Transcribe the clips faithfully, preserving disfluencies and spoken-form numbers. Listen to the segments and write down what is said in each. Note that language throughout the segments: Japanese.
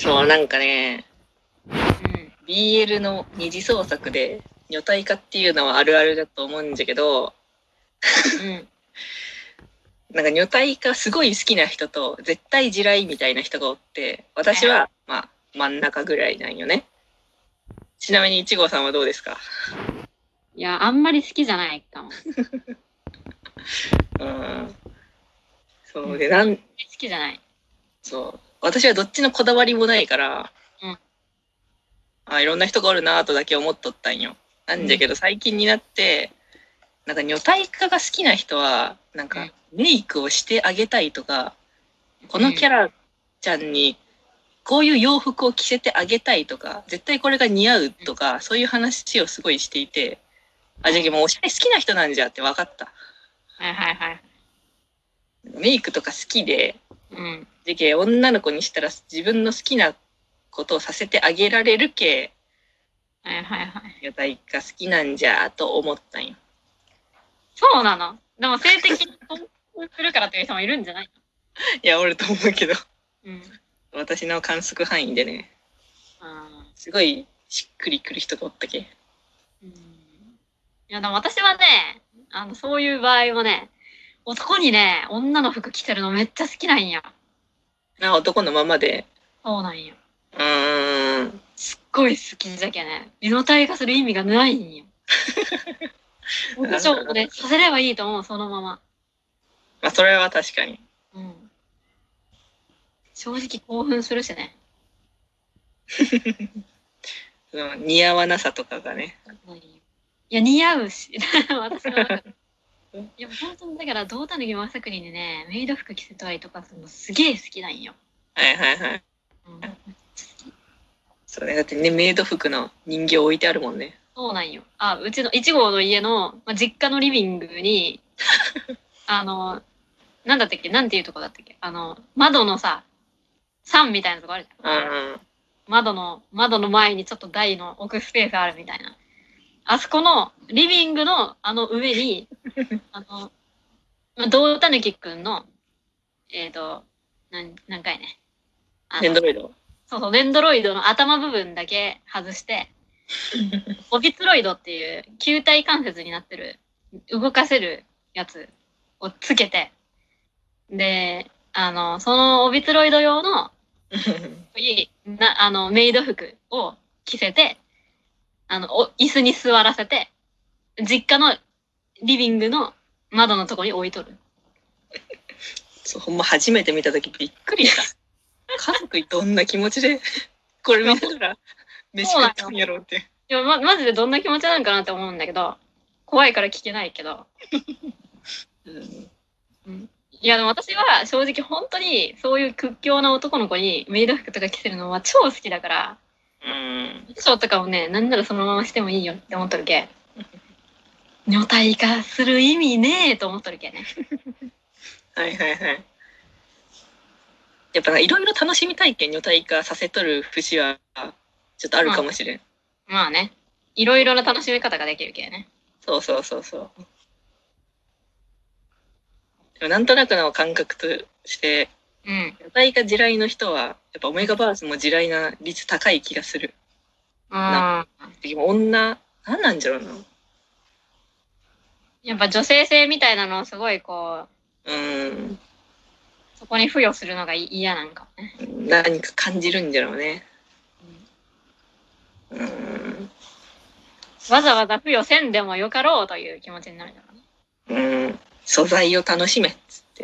そう、なんかね、 うん、 ビーエル の二次創作で女体化っていうのはあるあるだと思うんだけど、 うん、 なんか女体化すごい好きな人と絶対地雷みたいな人がおって、私はまあ真ん中ぐらいなんよね。ちなみにいちごさんはどうですか？ いや、あんまり好きじゃないかも。 うん。そうで、なん、 好きじゃない。 そう。私はどっちのこだわりもないから、 うん、 あ、いろんな人がおるなぁとだけ思っとったんよ。なんだけど最近になって、なんか女体化が好きな人は、なんかメイクをしてあげたいとか、このキャラちゃんにこういう洋服を着せてあげたいとか、絶対これが似合うとか、そういう話をすごいしていて、あ、じゃあもうおしゃれ好きな人なんじゃって分かった。 はいはいはい。 メイクとか好きで、 うん。 じゃけ女の子にしたら自分の好きなことをさせてあげられるけ、 はいはいはい。 女体化好きなんじゃと思ったんよ。 そうなの？でも性的に興奮するからという人もいるんじゃないの？ いや、おると思うけど、 うん。 私の観測範囲でね、 あすごいしっくりくる人がおったけ。 うん。いや、でも私はね、あの、そういう場合はね、男にね、女の服着てるのめっちゃ好きなんや。 あ、男のままで。 そうなんよ。 うーん。 すっごい好きじゃけね。リノ体化する意味がないんよ。私はね、させればいいと思う、そのまま。 まあ、それは確かに。 うん。正直興奮するしね。 その似合わなさとかがね。 いや、似合うし。私の中で。いや、本当にだから、胴谷正国にね、メイド服着せたりとかするのすげえ好きなんよ。 はいはいはい。 うん、 そうね。だってね、メイド服の人形置いてあるもんね。 そうなんよ。あ、うちのいち号の家の、まあ、実家のリビングに、あの、なんだったっけ、なんていうとこだったっけ、あの、窓のさ、さんみたいなとこあるじゃん。 うん。 窓の、窓の前にちょっと台の置くスペースあるみたいな。あそこの、リビングのあの上に、あの、まあ、胴たぬきくんの、えっ、ー、と、なん、何回ね。 デンドロイド。 そうそう、デンドロイドの頭部分だけ外して、オビツロイドっていう球体関節になってる、動かせるやつをつけて、で、あの、そのオビツロイド用の、なあの、メイド服を着せて、あの、お椅子に座らせて、実家のリビングの窓のとこに置いとる。 そう、ほんま初めて見たときびっくりした。家族どんな気持ちで、これ見ながら飯食ったんやろうって。 いや、ま、マジでどんな気持ちなのかなって思うんだけど、怖いから聞けないけど。うんうん、いや、でも私は正直本当にそういう屈強な男の子にメイド服とか着せるのは超好きだから、 うん。 衣装とかもね、なんならそのまましてもいいよって思っとるけ。女体化する意味ねえと思っとるけね。 はいはいはい。やっぱいろいろ楽しみ体験女体化させとる節はちょっとあるかもしれん。 まあ、まあね。いろいろな楽しみ方ができるけね。 そうそうそうそう。でもなんとなくの感覚として、 うん。 女体化地雷の人は、やっぱオメガバースも地雷な率高い気がする。 ああ。 でも女、なんなんじゃろうな。 やっぱ女性性みたいなのをすごいこう、うん。 そこに付与するのが嫌なんかもね。 何か感じるんじゃろうね。うん。うん、 わざわざ付与せんでもよかろうという気持ちになるんだろうね。うん。素材を楽しめっつって。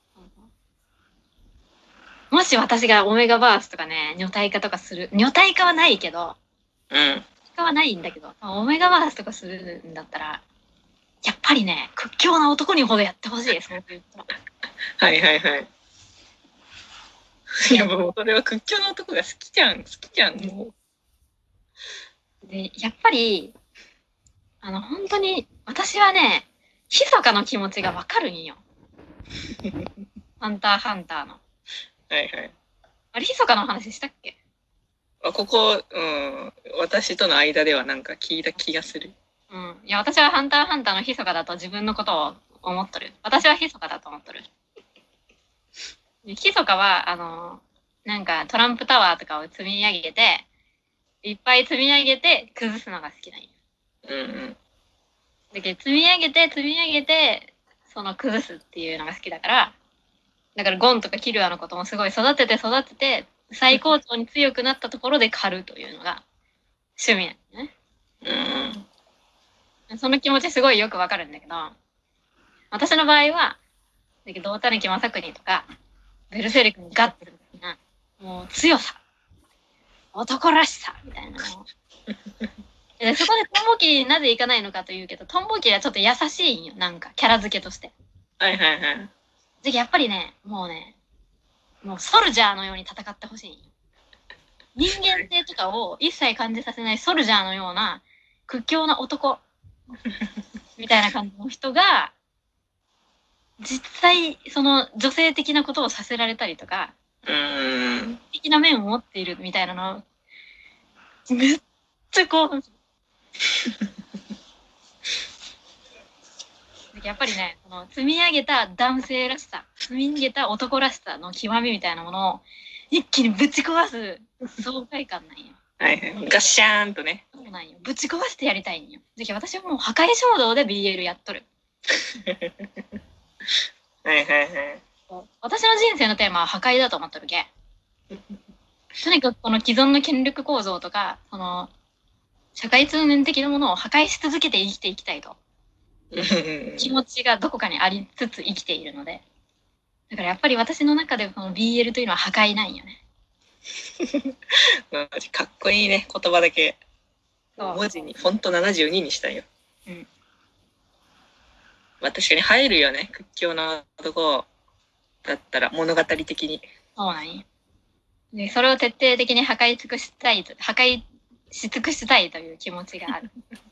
もし私がオメガバースとかね、女体化とかする。女体化はないけど、 うん。 化はないんだけど、オメガバースとかするんだったら、やっぱりね、屈強な男にほどやってほしい、そういうと。 はいはいはい。いやもうそれは屈強な男が好きじゃん、好きじゃん、もう。で、やっぱり、あの、本当に、私はね、密かの気持ちがわかるんよ。ハンターハンターの。 はいはい。 あれ、密かの話したっけ？ あ、ここ、うん、私との間ではなんか聞いた気がする。 うん。いや、私はハンターハンターの密かだと自分のことを思っとる。私は密かだと思っとる。密かは、あの、 なんかトランプタワーとかを積み上げて、いっぱい積み上げて崩すのが好きなんよ。 うんうん。 だけど積み上げて積み上げて、その崩すっていうのが好きだから、だからゴンとかキルアのこともすごい育てて育てて、最高潮に強くなったところで狩るというのが趣味なんよね。うん。その気持ちすごいよくわかるんだけど、私の場合は、だけど、大谷正国とか、ベルセルクにガッツみたいな、もう強さ、男らしさ、みたいなのを。でそこでトンボキリなぜ行かないのかというけど、トンボキリはちょっと優しいんよ、なんか、キャラ付けとして。 はいはいはい。 で、やっぱりね、もうね、もうソルジャーのように戦ってほしいんよ。人間性とかを一切感じさせないソルジャーのような屈強な男みたいな感じの人が、実際、その女性的なことをさせられたりとか、 うーん。 的な面を持っているみたいなの、めっちゃ興奮する。やっぱりね、この積み上げた男性らしさ、積み上げた男らしさの極みみたいなものを一気にぶち壊す爽快感なんよ。 はいはい。ガッシャーンとね。 そうなんよ。ぶち壊してやりたいんよ。じゃ私はもう破壊衝動で ビーエル やっとる。 はいはいはい。 私の人生のテーマは破壊だと思っとるけ。とにかくこの既存の権力構造とか、その社会通念的なものを破壊し続けて生きていきたいと。気持ちがどこかにありつつ生きているので。だからやっぱり私の中でこの ビーエル というのは破壊なんよね。 かっこいいね、言葉だけ。 そう文字に、フォントななじゅうににしたよ。 うん。 まあ確かに入るよね、屈強な男だったら、物語的に。 そうなんよ。で、それを徹底的に破壊尽くしたいと、破壊し尽くしたいという気持ちがある。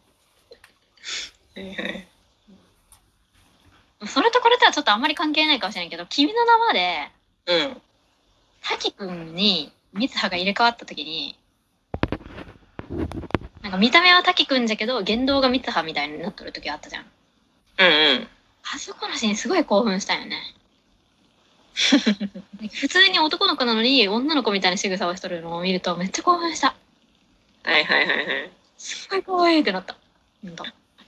はいはい。 それとこれとはちょっとあんまり関係ないかもしれないけど、君の名はで、 うん。 滝くんに三葉が入れ替わった時に、なんか見た目は滝くんじゃけど、言動が三葉みたいになっとる時あったじゃん。 うんうん。 あそこのシーンすごい興奮したよね。普通に男の子なのに女の子みたいな仕草をしとるのを見るとめっちゃ興奮した。 はいはいはいはい。 すごい可愛いってなった。ほんと。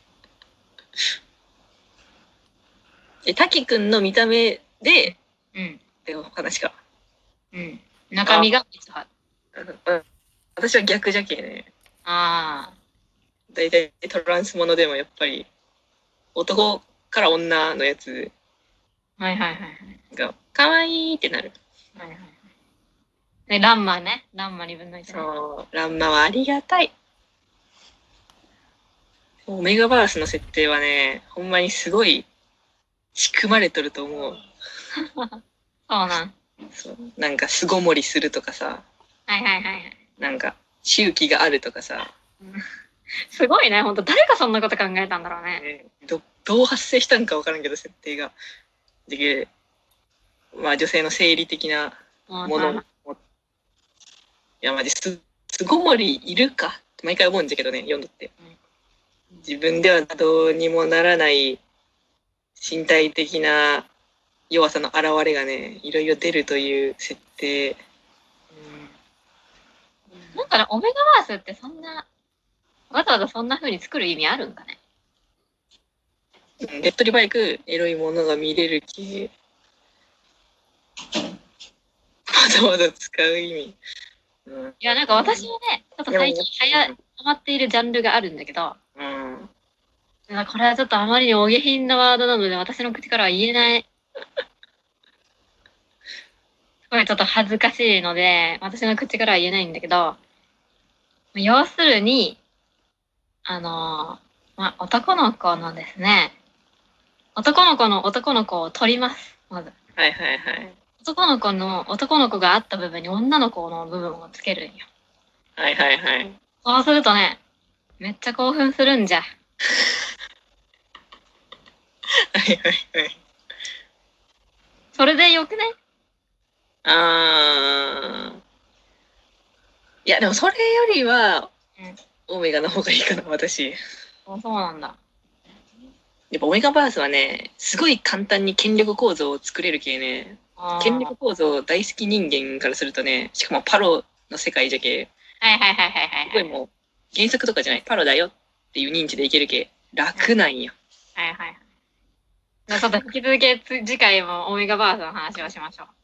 え、滝くんの見た目で、 うん。 ってお話か。 うん。中身が三葉。 私は逆じゃけね。 ああ。 だいたいトランスものでもやっぱり、男から女のやつはいはいはいはい。 が、かわいいってなる。 はいはいはい。で、ランマね。ランマにぶんのいちね。 そう、ランマはありがたい。オメガバースの設定はね、ほんまにすごい仕組まれとると思う。 そうなん。 そう。なんか巣ごもりするとかさ、 はいはいはいはい。 なんか周期があるとかさ、 すごいね、ほんと誰がそんなこと考えたんだろうね。 ね、どどう発生したんか分からんけど、設定が。で、まあ女性の生理的なものも、いやマジす巣ごもりいるかって毎回思うんじゃけどね、読んどって。自分ではどうにもならない身体的な弱さの現れがね、いろいろ出るという設定。うん、 なんかね、オメガバースってそんな、わざわざそんな風に作る意味あるんかね。 うん、手っ取り早くエロいものが見れる系。わざわざ使う意味。うん、いや、なんか私はね、ちょっと最近はや、ハマっているジャンルがあるんだけど、うん。これはちょっとあまりにお下品なワードなので、私の口からは言えない。すごいちょっと恥ずかしいので、私の口からは言えないんだけど、要するに、あの、まあ、男の子のですね、男の子の男の子を取ります、まず。 はいはいはい。 男の子の、男の子があった部分に女の子の部分をつけるんよ。 はいはいはい。 そうするとね、めっちゃ興奮するんじゃ。 はいはいはい。 それでよくね？ あー。いやでもそれよりは、うん、オメガの方がいいかな、私。 あ、そうなんだ。 やっぱオメガバースはね、すごい簡単に権力構造を作れる系ね。 ああー権力構造大好き人間からするとね、しかもパロの世界じゃけ、 はいはいはいはいはいはい。 すごいもう原作とかじゃない、パロだよっていう認知でいけるけ、楽なんよ。 はいはいはい。じゃあちょっと引き続きつ次回もオメガバースの話をしましょう。